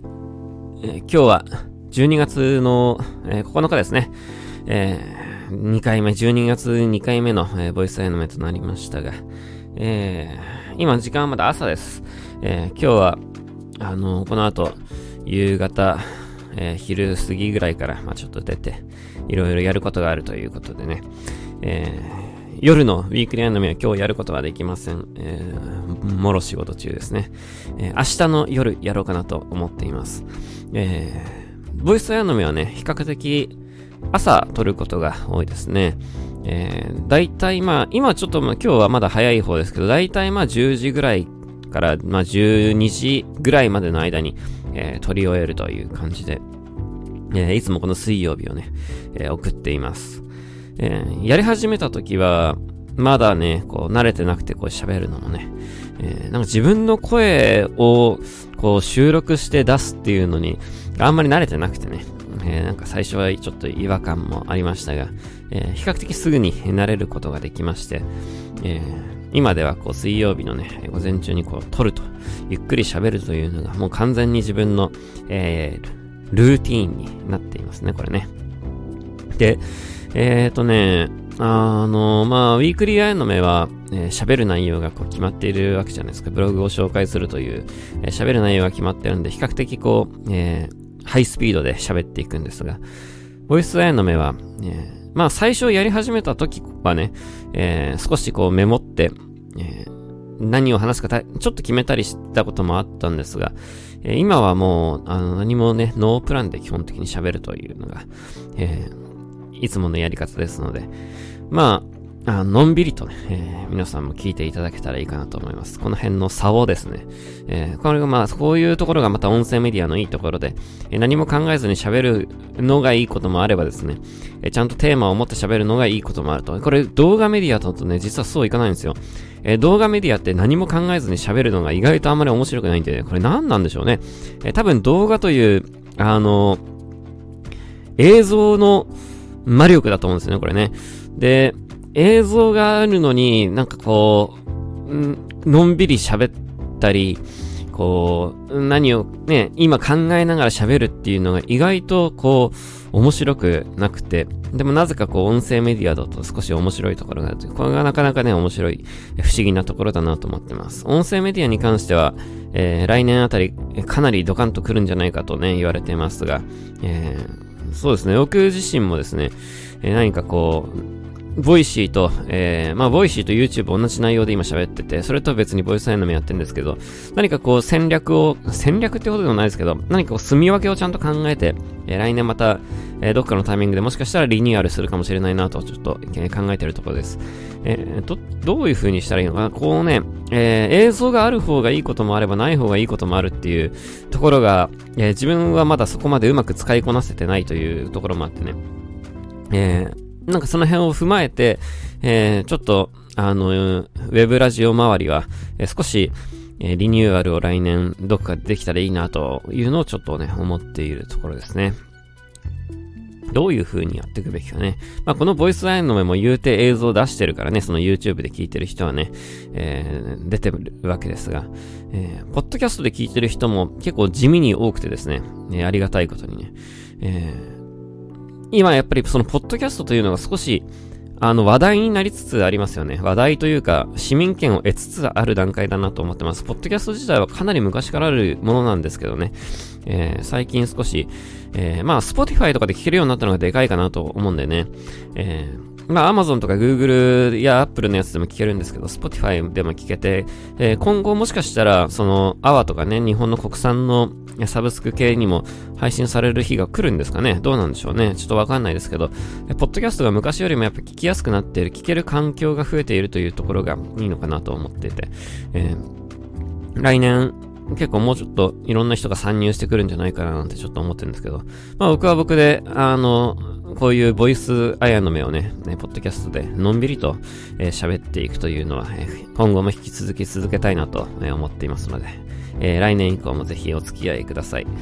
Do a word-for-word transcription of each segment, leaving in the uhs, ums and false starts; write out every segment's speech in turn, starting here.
えー、今日はじゅうにがつの、えー、ここのかですね。えー、にかいめ、じゅうにがつにかいめの、えー、ボイスアイノメとなりましたが、えー、今時間はまだ朝です。えー、今日は、あのー、この後、夕方、えー、昼過ぎぐらいから、まあちょっと出て、いろいろやることがあるということでね、えー、夜のウィークリーアイノメは今日やることはできません。えー、もろ仕事中ですね。えー、明日の夜やろうかなと思っています。えー、ボイスアイノメはね、比較的朝撮ることが多いですね。えー、だいたいまあ、今ちょっとまあ今日はまだ早い方ですけど、だいたいまあじゅうじぐらいからまあじゅうにじぐらいまでの間に、えー、撮り終えるという感じで、えー、いつもこの水曜日をね、えー、送っています。えー、やり始めた時は、まだね、こう慣れてなくてこう喋るのもね、えー、なんか自分の声をこう収録して出すっていうのにあんまり慣れてなくてね、えー、なんか最初はちょっと違和感もありましたが、えー、比較的すぐに慣れることができまして、えー、今ではこう水曜日のね、午前中にこう撮ると、ゆっくり喋るというのがもう完全に自分の、えー、ルーティーンになっていますね、これね。で、えーとね、あの、まあ、ウィークリーアイノメは、えー、喋る内容がこう決まっているわけじゃないですか。ブログを紹介するという、えー、喋る内容が決まってるんで、比較的こう、えー、ハイスピードで喋っていくんですが、ボイスアイノメは、えー、まあ、最初やり始めた時はね、えー、少しこうメモって、えー、何を話すかたちょっと決めたりしたこともあったんですが、えー、今はもう、あの、何もね、ノープランで基本的に喋るというのが、えーいつものやり方ですので、まあ、あのんびりとね、えー、皆さんも聞いていただけたらいいかなと思います。この辺の差をですね、えー、これがまあ、こういうところがまた音声メディアのいいところで、えー、何も考えずに喋るのがいいこともあればですね、えー、ちゃんとテーマを持って喋るのがいいこともあると。これ動画メディアだとね、実はそういかないんですよ。えー、動画メディアって何も考えずに喋るのが意外とあんまり面白くないんで、ね、これ何なんでしょうね。えー、多分動画という、あのー、映像の魔力だと思うんですよね、これね。で、映像があるのになんかこう、んのんびり喋ったり、こう、何をね、今考えながら喋るっていうのが意外とこう、面白くなくて、でもなぜかこう、音声メディアだと少し面白いところがあるという、これがなかなかね、面白い、不思議なところだなと思ってます。音声メディアに関しては、えー、来年あたりかなりドカンと来るんじゃないかとね、言われてますが、えーそうですね。僕自身もですね、えー、何かこう、ボイシーと、えー、まあ、ボイシーと YouTube 同じ内容で今喋ってて、それと別にボイスアイノメやってるんですけど、何かこう戦略を、戦略ってことでもないですけど、何かこう住み分けをちゃんと考えて、えー、来年また、えー、どっかのタイミングでもしかしたらリニューアルするかもしれないなと、ちょっと、えー、考えてるところです。えー、ど、どういう風にしたらいいのかな、こうね、えー、映像がある方がいいこともあればない方がいいこともあるっていうところが、えー、自分はまだそこまでうまく使いこなせてないというところもあってね、えー、なんかその辺を踏まえて、えー、ちょっと、あの、ウェブラジオ周りは、えー、少し、えー、リニューアルを来年どっかできたらいいなというのをちょっとね、思っているところですね。どういう風にやっていくべきかね。まあ、このボイスアイノメも言うて映像出してるからね、その YouTube で聞いてる人はね、えー、出てるわけですが、えー、ポッドキャストで聞いてる人も結構地味に多くてですね、えー、ありがたいことにね、えー、今やっぱりそのポッドキャストというのが少し、あの話題になりつつありますよね。話題というか、市民権を得つつある段階だなと思ってます。ポッドキャスト自体はかなり昔からあるものなんですけどね、えー、最近少し、えー、まあ、Spotify とかで聞けるようになったのがでかいかなと思うんでね。えー、まあ、Amazon とか Google や Apple のやつでも聞けるんですけど、Spotify でも聞けて、えー、今後もしかしたら、その、アワとかね、日本の国産のサブスク系にも配信される日が来るんですかね。どうなんでしょうね。ちょっとわかんないですけど、ポッドキャストが昔よりもやっぱ聞きやすくなっている、聞ける環境が増えているというところがいいのかなと思っていて、えー、来年、結構もうちょっといろんな人が参入してくるんじゃないかななんてちょっと思ってるんですけど、まあ僕は僕で、あの、こういうボイスアイノメをね、ねポッドキャストでのんびりと喋、えー、っていくというのは、えー、今後も引き続き続けたいなと、えー、思っていますので、えー、来年以降もぜひお付き合いください。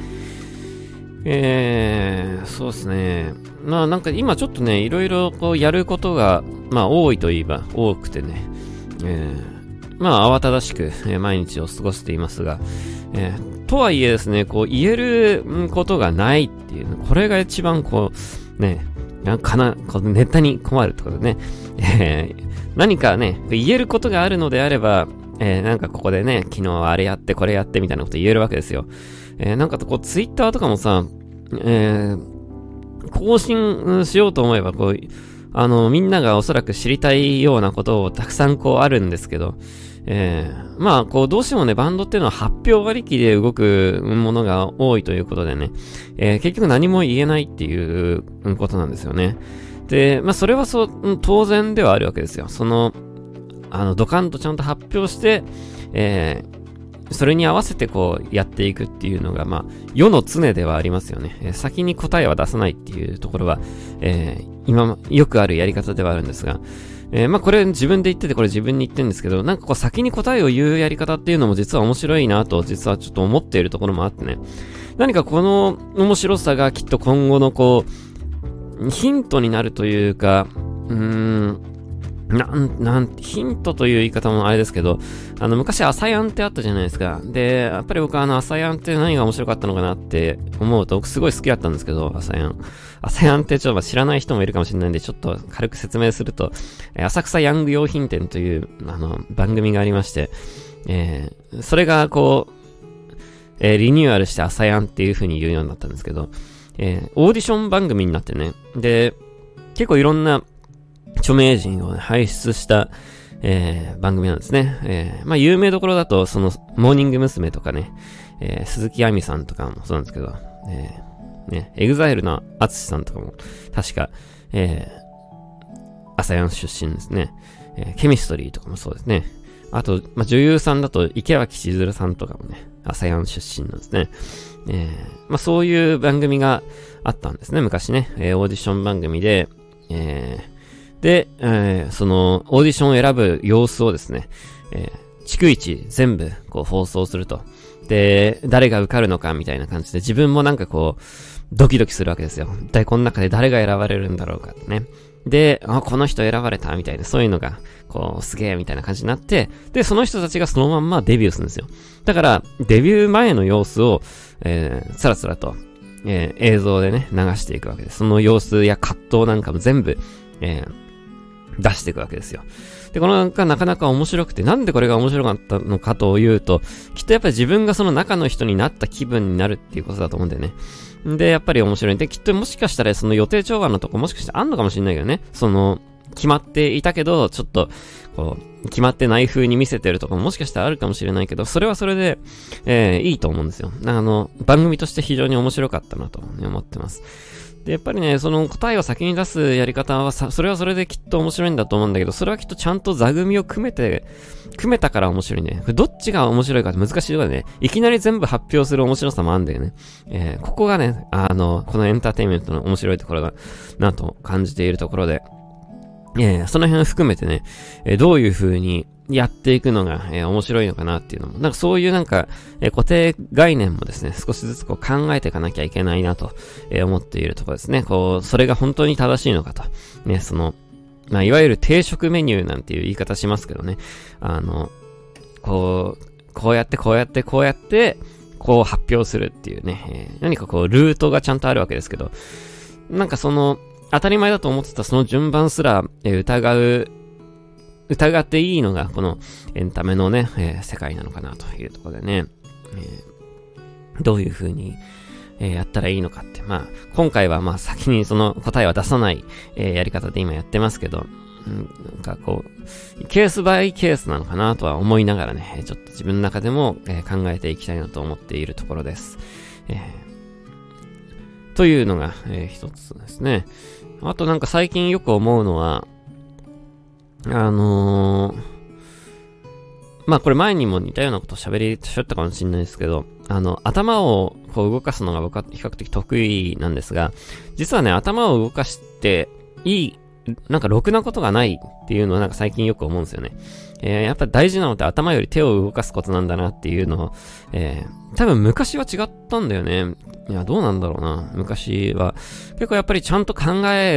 えー、そうですね。まあなんか今ちょっとね、いろいろこうやることが、まあ多いといえば多くてね、えーまあ慌ただしく、えー、毎日を過ごしていますが、えー、 とはいえですね、こう言えることがないっていう、これが一番こう、ね、かな、こうネタに困るってことでね、えー、何かね、言えることがあるのであれば、えー、なんかここでね、昨日はあれやってこれやってみたいなこと言えるわけですよ。えー、なんかこうツイッターとかもさ、えー、更新しようと思えばこう、あの、みんながおそらく知りたいようなことをたくさんこうあるんですけど、えー、まあ、こう、どうしてもね、バンドっていうのは発表ありきで動くものが多いということでね、えー、結局何も言えないっていうことなんですよね。で、まあ、それはそう、当然ではあるわけですよ。その、あの、ドカンとちゃんと発表して、えー、それに合わせてこう、やっていくっていうのが、まあ、世の常ではありますよね。えー、先に答えは出さないっていうところは、えー、今、よくあるやり方ではあるんですが、えー、まあこれ自分で言っててこれ自分に言ってるんですけど、なんかこう先に答えを言うやり方っていうのも実は面白いなと実はちょっと思っているところもあってね。何かこの面白さがきっと今後のこう、ヒントになるというか、うーん、なん、なん、ヒントという言い方もあれですけど、あの、昔アサヤンってあったじゃないですか。で、やっぱり僕はあの、アサヤンって何が面白かったのかなって思うと、僕すごい好きだったんですけど、アサヤン。アサヤンってちょっと知らない人もいるかもしれないんで、ちょっと軽く説明すると、浅草ヤング用品店という、あの、番組がありまして、えー、それがこう、えー、リニューアルしてアサヤンっていう風に言うようになったんですけど、えー、オーディション番組になってね、で、結構いろんな、著名人を、ね、輩出した、えー、番組なんですね。えー、まあ有名どころだと、その、モーニング娘。とかね、えー、鈴木亜美さんとかもそうなんですけど、えー、ね、エグザイルのアツシさんとかも、確か、えー、アサヤン出身ですね。えー、ケミストリーとかもそうですね。あと、まあ女優さんだと、池脇千鶴さんとかもね、アサヤン出身なんですね。えー、まあそういう番組があったんですね、昔ね。えー、オーディション番組で、えー、で、えー、その、オーディションを選ぶ様子をですね、えー、逐一全部、こう、放送すると。で、誰が受かるのかみたいな感じで、自分もなんかこう、ドキドキするわけですよ。一体この中で誰が選ばれるんだろうかってね。で、あ、この人選ばれたみたいな、そういうのが、こう、すげえみたいな感じになって、で、その人たちがそのまんまデビューするんですよ。だから、デビュー前の様子を、えー、つらつらと、えー、映像でね、流していくわけです。その様子や葛藤なんかも全部、えー、出していくわけですよ。で、このがなかなか面白くて、なんでこれが面白かったのかというと、きっとやっぱり自分がその中の人になった気分になるっていうことだと思うんだよね。で、やっぱり面白い。で、きっともしかしたらその予定調和のとこもしかしたらあんのかもしれないけどね。その、決まっていたけど、ちょっと、こう、決まってない風に見せてるとかももしかしたらあるかもしれないけど、それはそれで、えー、いいと思うんですよ。あの、番組として非常に面白かったなと思ってます。で、やっぱりね、その答えを先に出すやり方はさ、それはそれできっと面白いんだと思うんだけど、それはきっとちゃんと座組を組めて、組めたから面白いね。どっちが面白いかって難しいところでね、いきなり全部発表する面白さもあるんだよね。えー、ここがね、あの、このエンターテインメントの面白いところだなと感じているところで、えー、その辺を含めてね、えー、どういう風にやっていくのが、えー、面白いのかなっていうのも、なんかそういうなんか、えー、固定概念もですね、少しずつこう考えていかなきゃいけないなと、えー、思っているところですね。こう、それが本当に正しいのかと。ね、その、まあ、いわゆる定食メニューなんていう言い方しますけどね。あの、こう、こうやってこうやってこうやって、こう発表するっていうね、えー、何かこう、ルートがちゃんとあるわけですけど、なんかその、当たり前だと思ってたその順番すら、えー、疑う、疑っていいのがこのエンタメのね、えー、世界なのかなというところでね、えー、どういう風に、えー、やったらいいのかって、まあ、今回はまあ先にその答えは出さない、えー、やり方で今やってますけど、うん、なんかこう、ケースバイケースなのかなとは思いながらね、ちょっと自分の中でも、えー、考えていきたいなと思っているところです。えー、というのが、えー、一つですね。あとなんか最近よく思うのは、あのー、まあこれ前にも似たようなことを喋り、喋ったかもしれないですけど、あの、頭をこう動かすのが僕は比較的得意なんですが、実はね、頭を動かしていい、なんかろくなことがないっていうのはなんか最近よく思うんですよね。えー、やっぱ大事なのって頭より手を動かすことなんだなっていうのを、えー、多分昔は違ったんだよね。いや、どうなんだろうな。昔は。結構やっぱりちゃんと考えろっ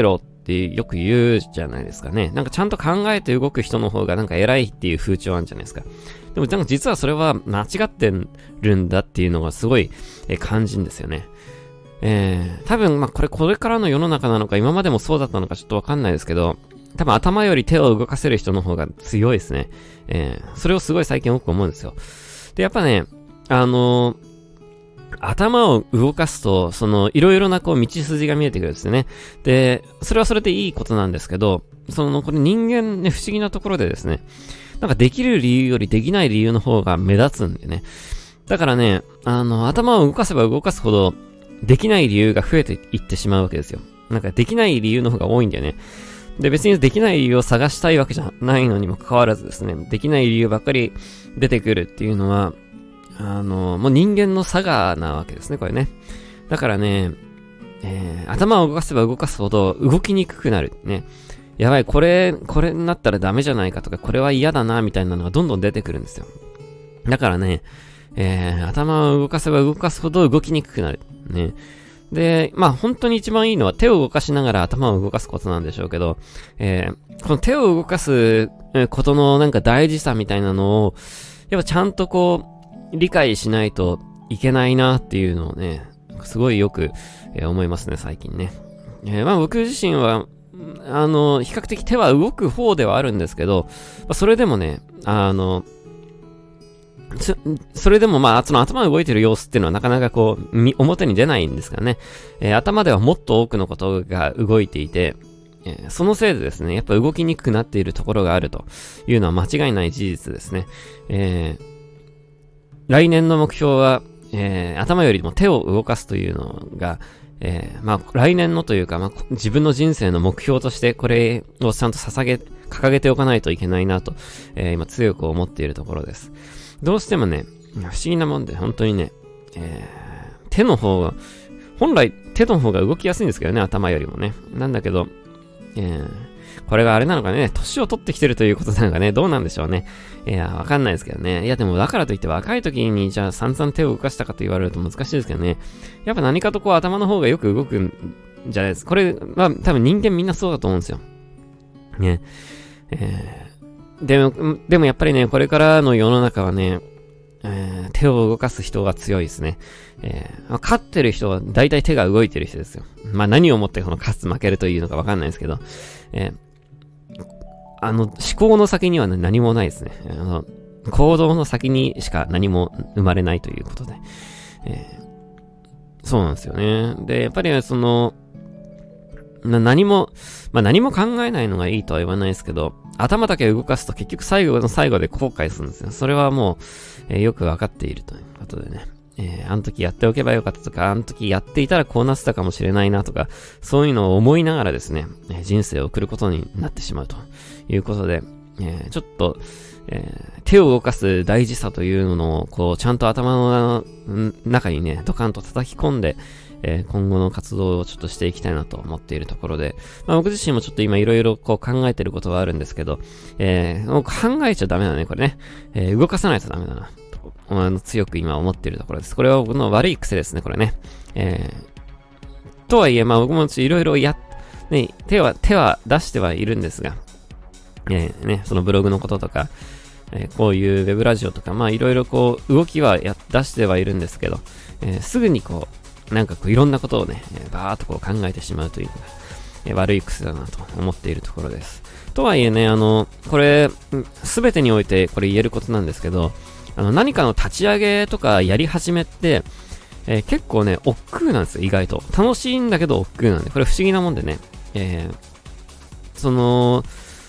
ってよく言うじゃないですかね。なんかちゃんと考えて動く人の方がなんか偉いっていう風潮あるんじゃないですか。でもなんか実はそれは間違ってるんだっていうのがすごい感じんですよね。えー、多分まあこれこれからの世の中なのか今までもそうだったのかちょっとわかんないですけど、多分頭より手を動かせる人の方が強いですね。えー、それをすごい最近多く思うんですよ。で、やっぱね、あのー、頭を動かすと、その、いろいろなこう、道筋が見えてくるんですよね。で、それはそれでいいことなんですけど、その、これ人間ね、不思議なところでですね、なんかできる理由よりできない理由の方が目立つんでね。だからね、あの、頭を動かせば動かすほど、できない理由が増えていってしまうわけですよ。なんかできない理由の方が多いんだよね。で、別にできない理由を探したいわけじゃないのにもかかわらずですね、できない理由ばっかり出てくるっていうのは、あの、もう人間の差がなわけですね、これね。だからね、えー、頭を動かせば動かすほど動きにくくなる。ね。やばい、これ、これになったらダメじゃないかとか、これは嫌だな、みたいなのがどんどん出てくるんですよ。だからね、えー、頭を動かせば動かすほど動きにくくなる。ね。で、まあ本当に一番いいのは手を動かしながら頭を動かすことなんでしょうけど、えー、この手を動かすことのなんか大事さみたいなのを、やっぱちゃんとこう、理解しないといけないなっていうのをね、すごいよく、えー、思いますね、最近ね。えー、まあ僕自身は、あの、比較的手は動く方ではあるんですけど、まあ、それでもね、あの、そ, それでもまあ、その頭が動いてる様子っていうのはなかなかこう、表に出ないんですからね。えー、頭ではもっと多くのことが動いていて、えー、そのせいでですね、やっぱ動きにくくなっているところがあるというのは間違いない事実ですね。えー来年の目標は、えー、頭よりも手を動かすというのが、えー、まあ、来年のというか、まあ、自分の人生の目標としてこれをちゃんと捧げ、掲げておかないといけないなと、えー、今強く思っているところです。どうしてもね、不思議なもんで、本当にね、えー、手の方が、本来手の方が動きやすいんですけどね、頭よりもね。なんだけど、えー、これがあれなのかね、年を取ってきてるということなのかね、どうなんでしょうね。いや、わかんないですけどね。いや、でもだからといって若い時にじゃあ散々手を動かしたかと言われると難しいですけどね。やっぱ何かとこう頭の方がよく動くんじゃないですか。これは多分人間みんなそうだと思うんですよ。ね。えー、でも、でもやっぱりね、これからの世の中はね、えー、手を動かす人が強いですね。えー、まあ、勝ってる人は大体手が動いてる人ですよ。まあ何をもってこの勝つ負けるというのかわかんないですけど、えーあの、思考の先には、ね、何もないですね。あの、行動の先にしか何も生まれないということで。えー、そうなんですよね。で、やっぱりその、な何も、まあ、何も考えないのがいいとは言わないですけど、頭だけ動かすと結局最後の最後で後悔するんですよ。それはもう、えー、よくわかっているということでね。えー、あの時やっておけばよかったとか、あの時やっていたらこうなってたかもしれないなとか、そういうのを思いながらですね、えー、人生を送ることになってしまうということで、えー、ちょっと、えー、手を動かす大事さというのを、こう、ちゃんと頭の中にね、ドカンと叩き込んで、えー、今後の活動をちょっとしていきたいなと思っているところで、まあ僕自身もちょっと今いろいろこう考えてることはあるんですけど、えー、もう考えちゃダメだね、これね。えー、動かさないとダメだな。あの強く今思っているところです。これは僕の悪い癖ですね、これね。えー、とはいえ、まあ僕もいろいろや、ね、手は、手は出してはいるんですが、えー、ね、そのブログのこととか、えー、こういうウェブラジオとか、まあいろいろこう、動きはや、出してはいるんですけど、えー、すぐにこう、なんかこういろんなことをね、えー、バーっとこう考えてしまうというのが、えー、悪い癖だなと思っているところです。とはいえね、あの、これ、すべてにおいてこれ言えることなんですけど、あの何かの立ち上げとかやり始めって、えー、結構ね、億劫なんですよ、意外と。楽しいんだけど億劫なんで、これ不思議なもんでね、えー、その、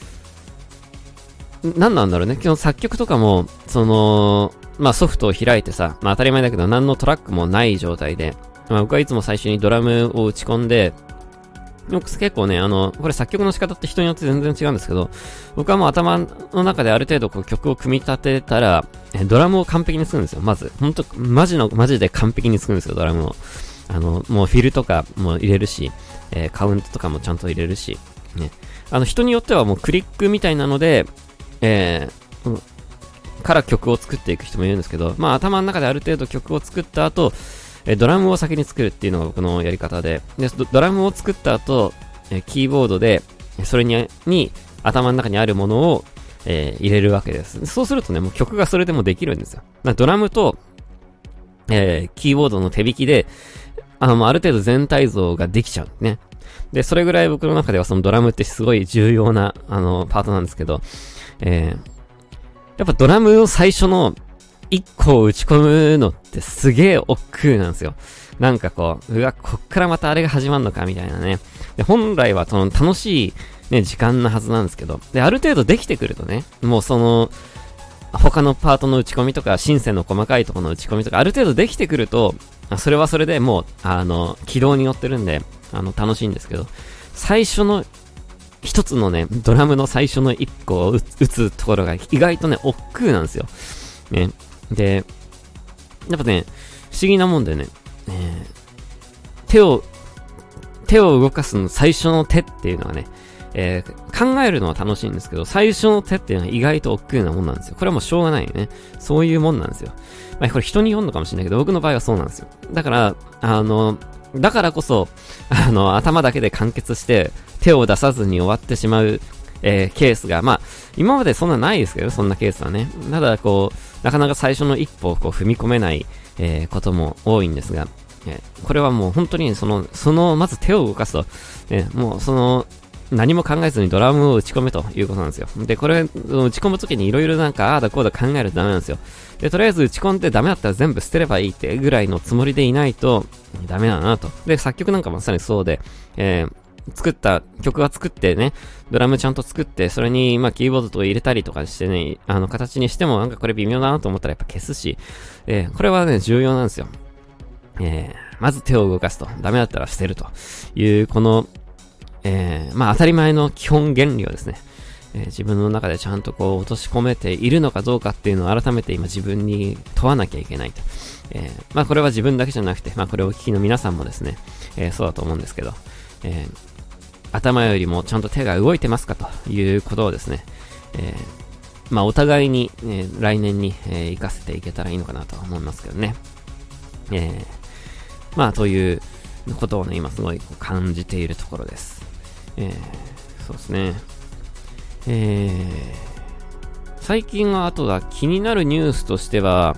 何なんだろうね、今日作曲とかも、その、まあソフトを開いてさ、まあ当たり前だけど何のトラックもない状態で、まあ僕はいつも最初にドラムを打ち込んで、結構ね、あの、これ作曲の仕方って人によって全然違うんですけど、僕はもう頭の中である程度こう曲を組み立てたら、ドラムを完璧に作るんですよ、まず。ほんと、マジの、マジで完璧に作るんですよ、ドラムを。あの、もうフィルとかも入れるし、えー、カウントとかもちゃんと入れるし、ね。あの、人によってはもうクリックみたいなので、えー、うん、から曲を作っていく人もいるんですけど、まあ頭の中である程度曲を作った後、ドラムを先に作るっていうのが僕のやり方で、でドラムを作った後、 えー、キーボードで、それに、に頭の中にあるものを、えー、入れるわけです。そうするとね、もう曲がそれでもできるんですよ。ドラムと、えー、キーボードの手弾きで、あの、ある程度全体像ができちゃうね。で、それぐらい僕の中ではそのドラムってすごい重要な、あの、パートなんですけど、えー、やっぱドラムを最初の一個を打ち込むのってすげえ億劫なんですよ。なんかこう、うわ、こっからまたあれが始まるのかみたいなね。で、本来はその楽しいね、時間なはずなんですけど、で、ある程度できてくるとね、もうその、他のパートの打ち込みとか、シンセの細かいところの打ち込みとか、ある程度できてくると、それはそれでもう、あの、軌道に乗ってるんで、あの、楽しいんですけど、最初の一つのね、ドラムの最初の一個を打つところが意外とね、億劫なんですよ。ね。で、やっぱね、不思議なもんでね、えー、手を、手を動かすの最初の手っていうのはね、えー、考えるのは楽しいんですけど、最初の手っていうのは意外と億劫なもんなんですよ。これはもうしょうがないよね。そういうもんなんですよ。まあ、これ人によるのかもしれないけど、僕の場合はそうなんですよ。だから、あの、だからこそ、あの、頭だけで完結して、手を出さずに終わってしまう、えー、ケースが、まあ、今までそんなないですけど、そんなケースはね。ただ、こう、なかなか最初の一歩をこう踏み込めない、えー、ことも多いんですが、えー、これはもう本当にその、その、まず手を動かすと、ね、もうその、何も考えずにドラムを打ち込めということなんですよ。で、これ、打ち込むときにいろいろなんか、ああだこうだ考えるとダメなんですよ。で、とりあえず打ち込んでダメだったら全部捨てればいいってぐらいのつもりでいないと、ダメだなと。で、作曲なんかまさにそうで、えー、作った、曲は作ってね、ドラムちゃんと作って、それに、まあ、キーボードとか入れたりとかしてね、あの、形にしてもなんかこれ微妙だなと思ったらやっぱ消すし、えー、これはね、重要なんですよ。えー、まず手を動かすと。ダメだったら捨てるという、この、えー、まあ当たり前の基本原理をですね、えー、自分の中でちゃんとこう落とし込めているのかどうかっていうのを改めて今自分に問わなきゃいけないと。えー、まあこれは自分だけじゃなくて、まあこれをお聞きの皆さんもですね、えー、そうだと思うんですけど、えー、頭よりもちゃんと手が動いてますかということをですね、えー、まあお互いに、えー、来年に、えー、活かせていけたらいいのかなと思いますけどね。えー、まあということをね、今すごい感じているところです。えー、そうですね。えー、最近はあとは気になるニュースとしては、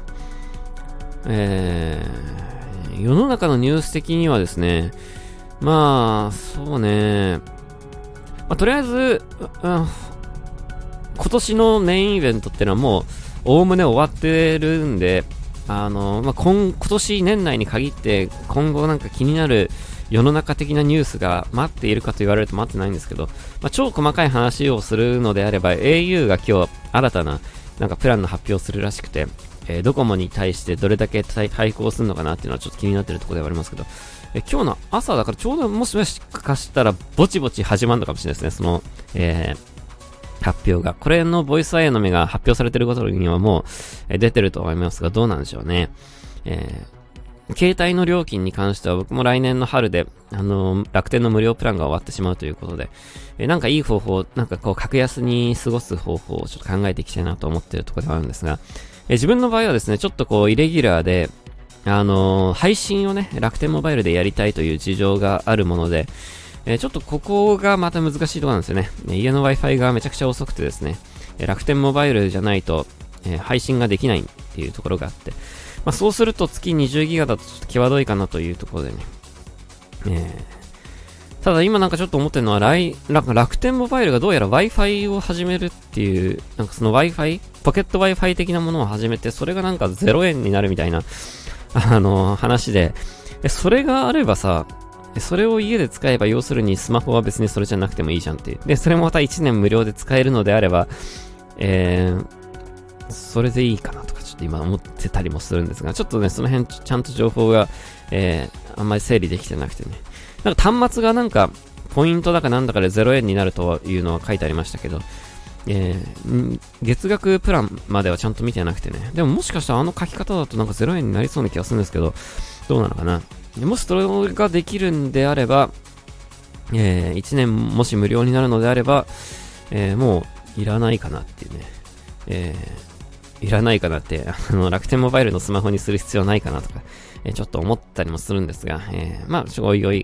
えー、世の中のニュース的にはですね、まあ、そうね、まあ、とりあえず、うん、今年のメインイベントってのはもう、おおむね終わってるんで、あの、まあ、今、今年年内に限って、今後なんか気になる世の中的なニュースが待っているかと言われると待ってないんですけど、まあ、超細かい話をするのであれば エーユー が今日新たななんかプランの発表をするらしくて、えー、ドコモに対してどれだけ対抗するのかなっていうのはちょっと気になっているところではありますけど、えー、今日の朝だからちょうどもしもしかしたらぼちぼち始まるのかもしれないですね、その、えー、発表が。これのボイスアイアの目が発表されていることにはもう、えー、出てると思いますが、どうなんでしょうね。えー携帯の料金に関しては僕も来年の春で、あのー、楽天の無料プランが終わってしまうということで、えー、なんかいい方法、なんかこう格安に過ごす方法をちょっと考えていきたいなと思っているところではあるんですが、えー、自分の場合はですね、ちょっとこうイレギュラーで、あのー、配信をね、楽天モバイルでやりたいという事情があるもので、えー、ちょっとここがまた難しいところなんですよね。家の Wi-Fi がめちゃくちゃ遅くてですね、楽天モバイルじゃないと、えー、配信ができないっていうところがあって、まあ、そうすると月にじゅうギガだとちょっと際どいかなというところでね。えー、ただ今なんかちょっと思ってるのは来、なんか楽天モバイルがどうやら Wi-Fi を始めるっていう、なんかその Wi-Fi、ポケット Wi-Fi 的なものを始めて、それがなんかゼロえんになるみたいな、あのー、話で、それがあればさ、それを家で使えば要するにスマホは別にそれじゃなくてもいいじゃんっていう。で、それもまたいちねん無料で使えるのであれば、えー、それでいいかなとかちょっと今思ってたりもするんですが、ちょっとねその辺ちゃんと情報が、えー、あんまり整理できてなくてね、なんか端末がなんかポイントだかなんだかでゼロえんになるというのは書いてありましたけど、えー、月額プランまではちゃんと見てなくてね、でももしかしたらあの書き方だとなんかゼロえんになりそうな気がするんですけど、どうなのかな。もしそれができるんであれば、えー、いちねんもし無料になるのであれば、えー、もういらないかなっていうね、えーいらないかなって、あの、楽天モバイルのスマホにする必要ないかなとか、えー、ちょっと思ったりもするんですが、えー、まあ、おいおい、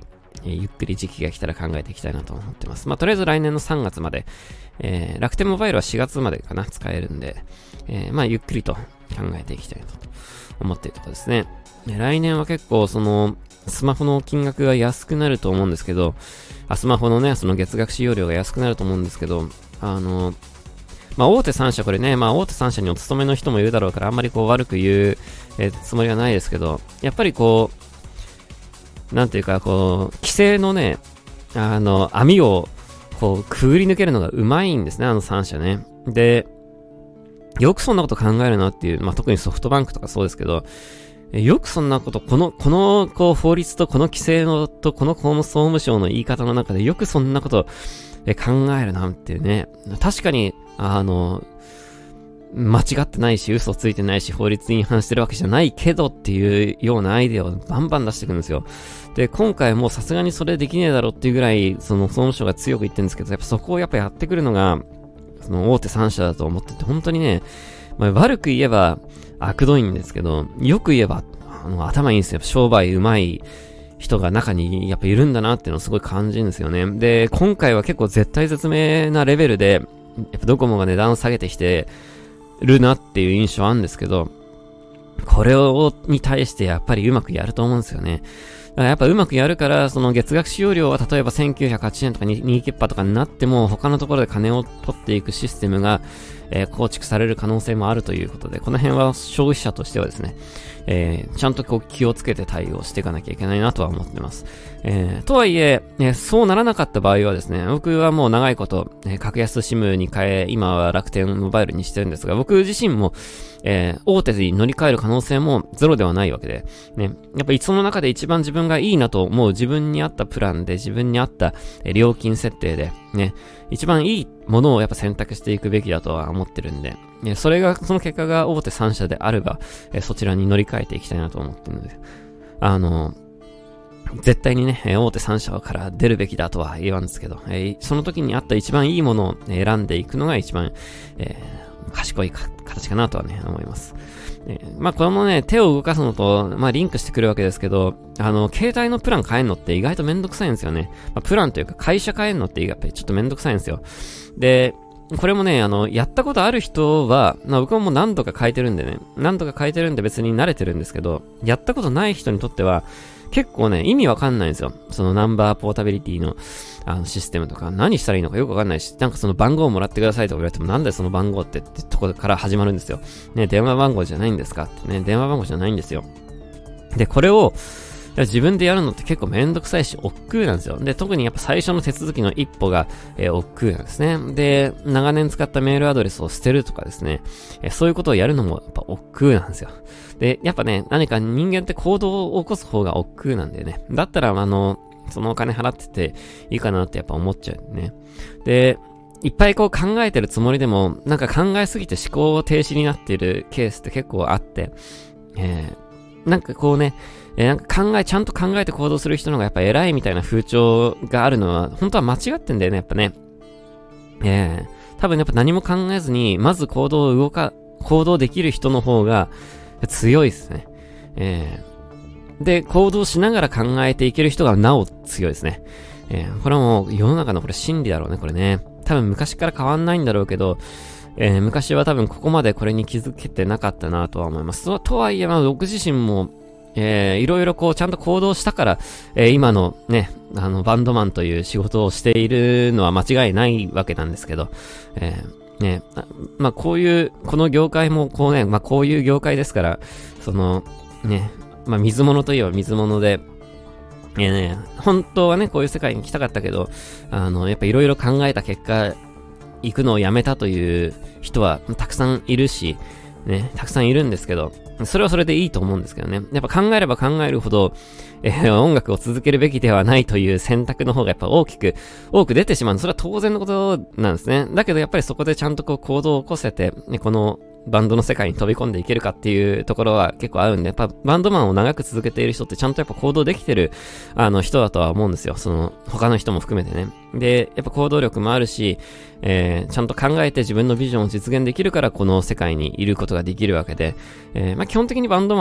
えー、ゆっくり時期が来たら考えていきたいなと思ってます。まあ、とりあえず来年のさんがつまで、えー、楽天モバイルはしがつまでかな、使えるんで、えー、まあ、ゆっくりと考えていきたいなと思っているところですね。で来年は結構、その、スマホの金額が安くなると思うんですけど、あ、スマホのね、その月額使用料が安くなると思うんですけど、あの、まあ、大手さん社これね、まあ、大手さん社にお勤めの人もいるだろうから、あんまりこう悪く言う、えー、つもりはないですけど、やっぱりこう、なんていうか、こう、規制のね、あの、網を、こう、くぐり抜けるのがうまいんですね、あのさん社ね。で、よくそんなこと考えるなっていう、まあ、特にソフトバンクとかそうですけど、よくそんなこと、この、この、こう、法律とこの規制の、とこの、この総務省の言い方の中で、よくそんなことえ考えるなっていうね。確かに、あの、間違ってないし、嘘ついてないし、法律に違反してるわけじゃないけどっていうようなアイデアをバンバン出してくるんですよ。で、今回もうさすがにそれできねえだろっていうぐらい、その総務省が強く言ってるんですけど、やっぱそこをやっぱやってくるのが、その大手さん社だと思ってて、本当にね、まあ、悪く言えば悪どいんですけど、よく言えば、あの、頭いいんですよ。商売うまい人が中にやっぱいるんだなっていうのをすごい感じるんですよね。で、今回は結構絶対絶命なレベルで、やっぱドコモが値段を下げてきてるなっていう印象あるんですけど、これを、に対してやっぱりうまくやると思うんですよね。だからやっぱうまくやるから、その月額使用料は例えばせんきゅうひゃくはちじゅうえんとかにキュッパとかになっても、他のところで金を取っていくシステムが、えー、構築される可能性もあるということで、この辺は消費者としてはですね、えー、ちゃんとこう気をつけて対応していかなきゃいけないなとは思ってます。えー、とはいえ、えー、そうならなかった場合はですね、僕はもう長いこと、えー、格安 SIM に変え、今は楽天モバイルにしてるんですが、僕自身も、えー、大手に乗り換える可能性もゼロではないわけで、ね、やっぱりその中で一番自分がいいなと思う自分に合ったプランで、自分に合った、えー、料金設定で、ね、一番いいものをやっぱ選択していくべきだとは思ってるんで、ね、それが、その結果が大手さん社であれば、えー、そちらに乗り換えていきたいなと思ってるので、あのー、絶対にね、大手さん社から出るべきだとは言わんですけど、えー、その時に合った一番いいものを選んでいくのが一番、えー、賢いか形かなとはね、思います。えー、まあ、これもね、手を動かすのと、まあ、リンクしてくるわけですけど、あの、携帯のプラン変えるのって意外とめんどくさいんですよね。まあ、プランというか会社変えるのってやっぱりちょっとめんどくさいんですよ。で、これもね、あの、やったことある人は、まあ、僕ももう何度か変えてるんでね、何度か変えてるんで別に慣れてるんですけど、やったことない人にとっては、結構ね、意味わかんないんですよ。そのナンバーポータビリティの、あのシステムとか、何したらいいのかよくわかんないし、なんかその番号をもらってくださいとか言われても、なんでその番号ってってところから始まるんですよ。ね、電話番号じゃないんですかってね、電話番号じゃないんですよ。で、これを、自分でやるのって結構めんどくさいし、億劫なんですよ。で、特にやっぱ最初の手続きの一歩が、えー、億劫なんですね。で、長年使ったメールアドレスを捨てるとかですね、えー、そういうことをやるのもやっぱ億劫なんですよ。で、やっぱね、何か人間って行動を起こす方が億劫なんでね。だったら、あの、そのお金払ってていいかなってやっぱ思っちゃうね。で、いっぱいこう考えてるつもりでも、なんか考えすぎて思考停止になっているケースって結構あって、えー、なんかこうね、えー、なんか考え、ちゃんと考えて行動する人の方がやっぱ偉いみたいな風潮があるのは、本当は間違ってんだよね、やっぱね。えー、多分やっぱ何も考えずに、まず行動を動か、行動できる人の方が強いですね。えー、で、行動しながら考えていける人がなお強いですね。えー、これはもう世の中のこれ真理だろうね、これね。多分昔から変わんないんだろうけど、えー、昔は多分ここまでこれに気づけてなかったなとは思います。と、とはいえ、まあ僕自身も、えー、いろいろこうちゃんと行動したから、えー、今のね、あのバンドマンという仕事をしているのは間違いないわけなんですけど、えー、ね、まあこういう、この業界もこうね、まあこういう業界ですから、その、ね、まあ水物といえば水物で、えー、ね、本当はね、こういう世界に来たかったけど、あの、やっぱいろいろ考えた結果、行くのをやめたという人はたくさんいるし、ね、たくさんいるんですけど、それはそれでいいと思うんですけどね。やっぱ考えれば考えるほど、えー、音楽を続けるべきではないという選択の方がやっぱ大きく、多く出てしまう。それは当然のことなんですね。だけどやっぱりそこでちゃんとこう行動を起こせて、ね、このバンドの世界に飛び込んでいけるかっていうところは結構あるんで、やっぱバンドマンを長く続けている人ってちゃんとやっぱ行動できてる、あの人だとは思うんですよ。その、他の人も含めてね。で、やっぱ行動力もあるし、えー、ちゃんと考えて自分のビジョンを実現できるからこの世界にいることができるわけで、えー、まあ基本的にバンドマン、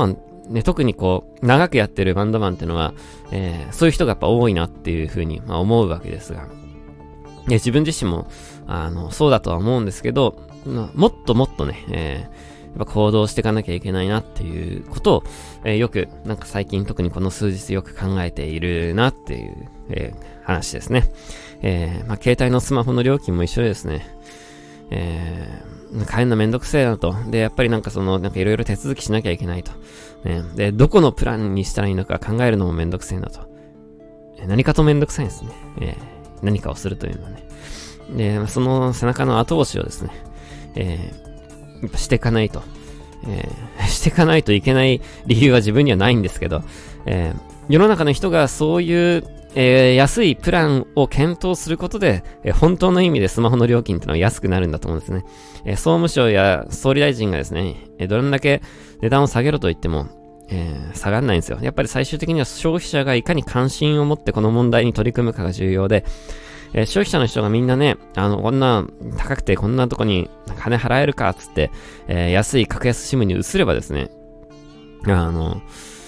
ね、特にこう、長くやってるバンドマンっていうのは、えー、そういう人がやっぱ多いなっていうふうに、まあ、思うわけですが、ね、自分自身も、あの、そうだとは思うんですけど、まあ、もっともっとね、えー、やっぱ行動していかなきゃいけないなっていうことを、えー、よく、なんか最近特にこの数日よく考えているなっていう、えー、話ですね。えー、まあ、携帯のスマホの料金も一緒ですね。えー、変えるのめんどくせえなと。で、やっぱりなんかその、なんかいろいろ手続きしなきゃいけないと。ね、で、どこのプランにしたらいいのか考えるのもめんどくせえなと。えー、何かとめんどくさいですね。えー、何かをするというのはね。で、その背中の後押しをですね、えー、やっぱしていかないと。えー、していかないといけない理由は自分にはないんですけど、えー、世の中の人がそういう、えー、安いプランを検討することで、えー、本当の意味でスマホの料金ってのは安くなるんだと思うんですね。えー、総務省や総理大臣がですね、えー、どれだけ値段を下げろと言っても、えー、下がらないんですよ。やっぱり最終的には消費者がいかに関心を持ってこの問題に取り組むかが重要で、えー、消費者の人がみんなね、あの、こんな高くてこんなとこに金払えるかっつって、えー、安い格安シムに移ればですね、あの、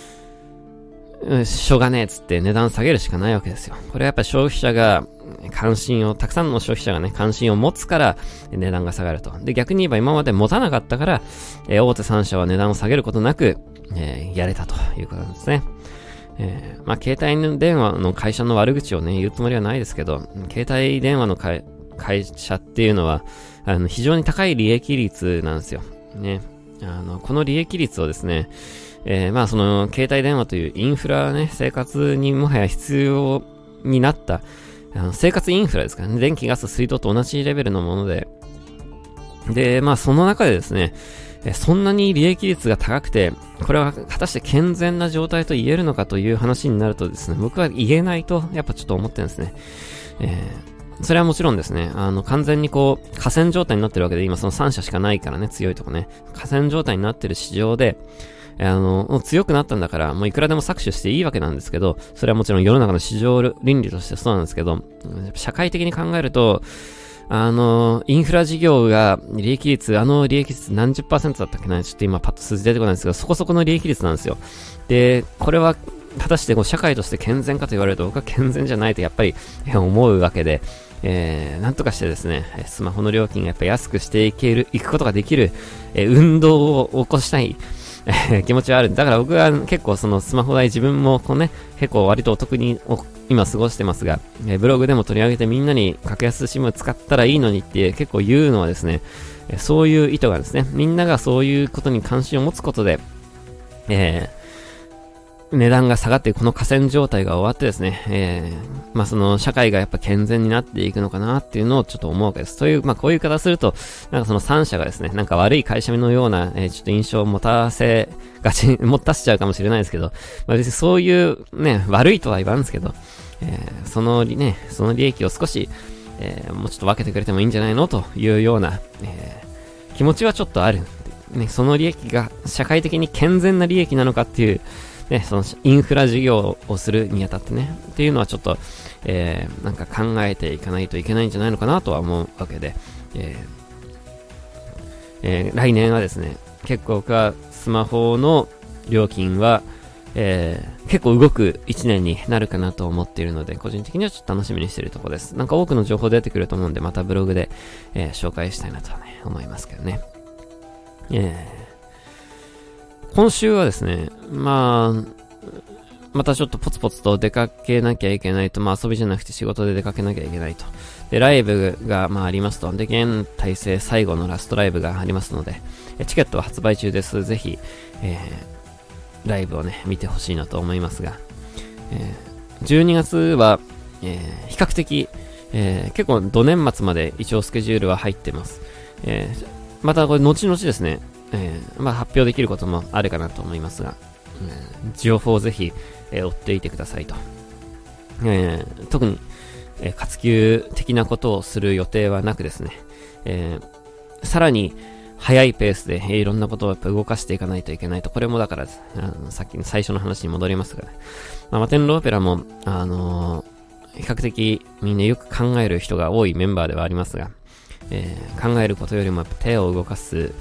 しょうがねえっつって値段下げるしかないわけですよ。これはやっぱ消費者が関心を、たくさんの消費者がね、関心を持つから値段が下がると。で、逆に言えば今まで持たなかったから、えー、大手さん社は値段を下げることなく、えー、やれたということなんですね。えー、まあ、携帯電話の会社の悪口をね、言うつもりはないですけど、携帯電話の会、会社っていうのは、あの、非常に高い利益率なんですよ。ね。あの、この利益率をですね、えー、まあその携帯電話というインフラね、生活にもはや必要になった、あの生活インフラですからね、電気、ガス、水道と同じレベルのもので、で、まあその中でですね、えー、そんなに利益率が高くて、これは果たして健全な状態と言えるのかという話になるとですね、僕は言えないとやっぱちょっと思ってるんですね。えー、それはもちろんですね、あの完全にこう、寡占状態になってるわけで、今そのさん社しかないからね、強いとこね、寡占状態になってる市場で、あの、強くなったんだから、もういくらでも搾取していいわけなんですけど、それはもちろん世の中の市場倫理としてそうなんですけど、社会的に考えると、あの、インフラ事業が利益率、あの利益率何十パーセントだったっけな、ちょっと今パッと数字出てこないんですけど、そこそこの利益率なんですよ。で、これは、果たしてこう社会として健全かと言われると、僕は健全じゃないとやっぱり思うわけで、えー、なんとかしてですね、スマホの料金がやっぱ安くしていける、いくことができる、えー、運動を起こしたい、気持ちはある。だから僕は結構そのスマホ代自分もこうね、結構割とお得に今過ごしてますが、えブログでも取り上げてみんなに格安シム使ったらいいのにって結構言うのはですね、そういう意図がですね、みんながそういうことに関心を持つことで、えー値段が下がってこの寡占状態が終わってですね、えー、まあその社会がやっぱ健全になっていくのかなっていうのをちょっと思うわけです。という、まあこういう言い方すると、なんかそのさん社がですね、なんか悪い会社のような、えー、ちょっと印象を持たせがち、持たせちゃうかもしれないですけど、まあ別にそういうね、悪いとは言わんですけど、えー、そのね、その利益を少し、えー、もうちょっと分けてくれてもいいんじゃないのというような、えー、気持ちはちょっとある。ね、その利益が社会的に健全な利益なのかっていう、ね、そのインフラ事業をするにあたってね、っていうのはちょっと、えー、なんか考えていかないといけないんじゃないのかなとは思うわけで、えーえー、来年はですね、結構僕はスマホの料金は、えー、結構動くいちねんになるかなと思っているので、個人的にはちょっと楽しみにしているところです。なんか多くの情報出てくると思うんで、またブログで、えー、紹介したいなとはね、思いますけどね。えー今週はですね、まあ、またちょっとポツポツと出かけなきゃいけないと、まあ遊びじゃなくて仕事で出かけなきゃいけないと。で、ライブがまあありますと。で、現体制最後のラストライブがありますので、チケットは発売中です。ぜひ、えー、ライブをね、見てほしいなと思いますが、えー、じゅうにがつは、えー、比較的、えー、結構土年末まで一応スケジュールは入ってます。えー、またこれ後々ですね、えー、まあ発表できることもあるかなと思いますが、えー、情報をぜひ、えー、追っていてくださいと。えー、特に、えー、活休的なことをする予定はなくですね、えー、さらに早いペースで、えー、いろんなことをやっぱ動かしていかないといけないと。これもだから、あのさっきの最初の話に戻りますが、ね、まあ、マテンローペラも、あのー、比較的みんなよく考える人が多いメンバーではありますが、えー、考えることよりもやっぱ手を動かす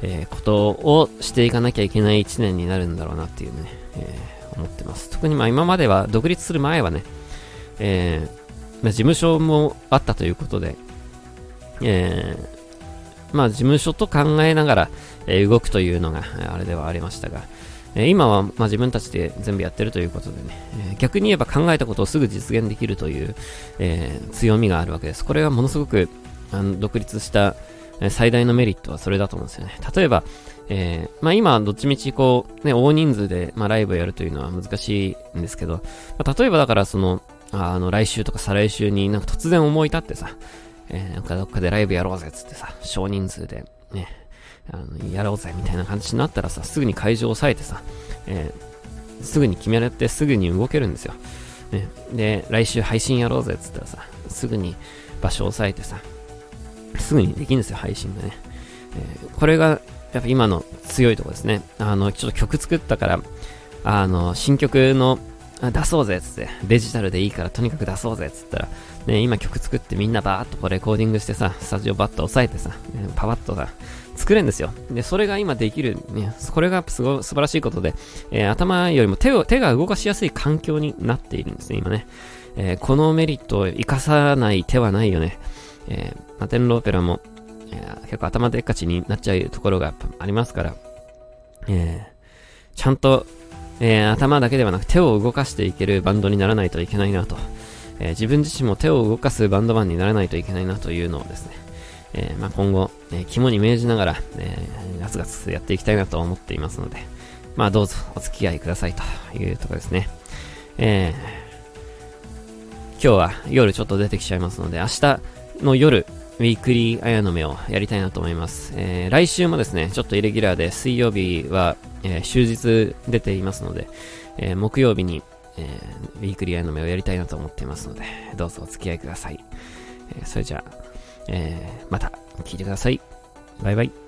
えー、ことをしていかなきゃいけない一年になるんだろうなっていうね、えー、思ってます。特にまあ今までは独立する前はね、えーまあ、事務所もあったということで、えー、まあ事務所と考えながら、えー、動くというのがあれではありましたが、えー、今はまあ自分たちで全部やってるということでね、えー、逆に言えば考えたことをすぐ実現できるという、えー、強みがあるわけです。これはものすごくあの独立した最大のメリットはそれだと思うんですよね。例えば、えー、まあ今どっちみちこうね大人数でまあライブをやるというのは難しいんですけど、まあ、例えばだからそのあの来週とか再来週になんか突然思い立ってさ、えー、なんかどっかでライブやろうぜっつってさ、少人数でねあのやろうぜみたいな感じになったらさ、すぐに会場を押さえてさ、えー、すぐに決められてすぐに動けるんですよ、ね、で来週配信やろうぜっつったらさ、すぐに場所を押さえてさ、すぐにできるんですよ、配信がね。えー、これが、やっぱ今の強いところですね。あの、ちょっと曲作ったから、あの、新曲の、出そうぜっつって、デジタルでいいからとにかく出そうぜっつったら、ね、今曲作ってみんなバーっとこうレコーディングしてさ、スタジオバッと押さえてさ、ね、パパッとさ、作れるんですよ。で、それが今できる、ね、これがすごい素晴らしいことで、えー、頭よりも手を、手が動かしやすい環境になっているんですね、今ね。えー、このメリットを生かさない手はないよね。えー、ラテンローペラも、えー、結構頭でっかちになっちゃうところがありますから、えー、ちゃんと、えー、頭だけではなく手を動かしていけるバンドにならないといけないなと、えー、自分自身も手を動かすバンドマンにならないといけないなというのをですね、えーまあ、今後、えー、肝に銘じながら、えー、ガツガツやっていきたいなと思っていますので、まあどうぞお付き合いくださいというところですね。えー、今日は夜ちょっと出てきちゃいますので、明日の夜、ウィークリーあやの目をやりたいなと思います。えー、来週もですね、ちょっとイレギュラーで、水曜日は、えー、終日出ていますので、えー、木曜日に、えー、ウィークリーあやの目をやりたいなと思っていますので、どうぞお付き合いください。えー、それじゃあ、えー、また聞いてください。バイバイ。